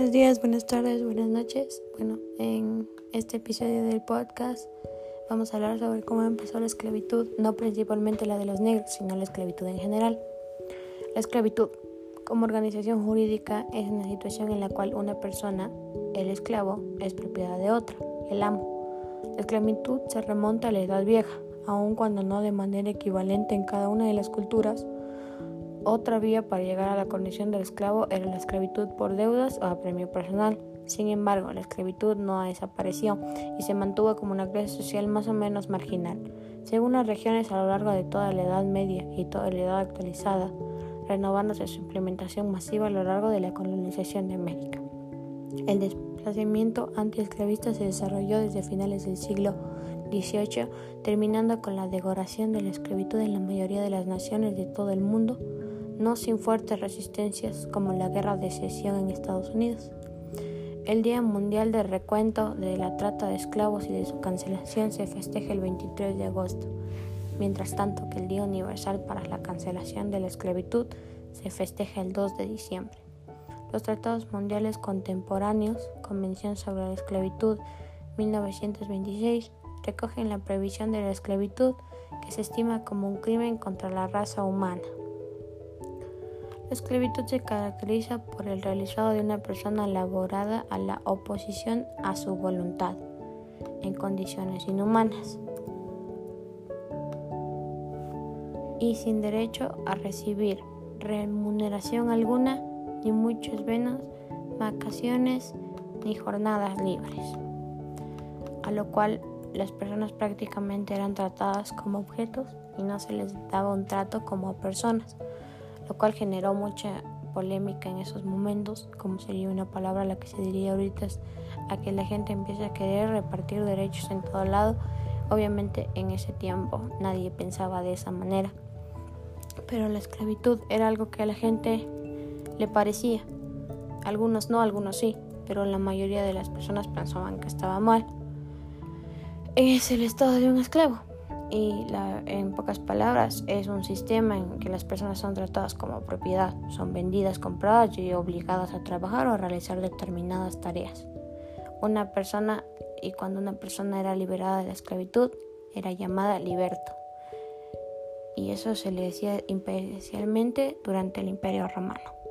Buenos días, buenas tardes, buenas noches. En este episodio del podcast vamos a hablar sobre cómo empezó la esclavitud, no principalmente la de los negros, sino la esclavitud en general. La esclavitud, como organización jurídica, es una situación en la cual una persona, el esclavo, es propiedad de otra, el amo. La esclavitud se remonta a la Edad Vieja, aun cuando no de manera equivalente en cada una de las culturas. Otra vía para llegar a la condición del esclavo era la esclavitud por deudas o a premio personal. Sin embargo, la esclavitud no desapareció y se mantuvo como una clase social más o menos marginal. Según las regiones a lo largo de toda la Edad Media y toda la Edad actualizada, renovándose su implementación masiva a lo largo de la colonización de América. El desplazamiento antiesclavista se desarrolló desde finales del siglo XVIII, terminando con la derogación de la esclavitud en la mayoría de las naciones de todo el mundo, no sin fuertes resistencias como la Guerra de Secesión en Estados Unidos. El Día Mundial de Recuento de la Trata de Esclavos y de su cancelación se festeja el 23 de agosto, mientras tanto que el Día Universal para la Cancelación de la Esclavitud se festeja el 2 de diciembre. Los tratados mundiales contemporáneos, Convención sobre la Esclavitud 1926, recogen la prohibición de la esclavitud, que se estima como un crimen contra la raza humana. La esclavitud se caracteriza por el realizado de una persona laborada a la oposición a su voluntad, en condiciones inhumanas y sin derecho a recibir remuneración alguna, ni mucho menos vacaciones ni jornadas libres, a lo cual las personas prácticamente eran tratadas como objetos y no se les daba un trato como a personas, lo cual generó mucha polémica en esos momentos. Como sería una palabra la que se diría ahorita, es a que la gente empiece a querer repartir derechos en todo lado. Obviamente en ese tiempo nadie pensaba de esa manera, pero la esclavitud era algo que a la gente le parecía. Algunos no, algunos sí, pero la mayoría de las personas pensaban que estaba mal. Es el estado de un esclavo y en pocas palabras es un sistema en que las personas son tratadas como propiedad, son vendidas, compradas y obligadas a trabajar o a realizar determinadas tareas. Cuando una persona era liberada de la esclavitud era llamada liberto, y eso se le decía especialmente durante el Imperio Romano.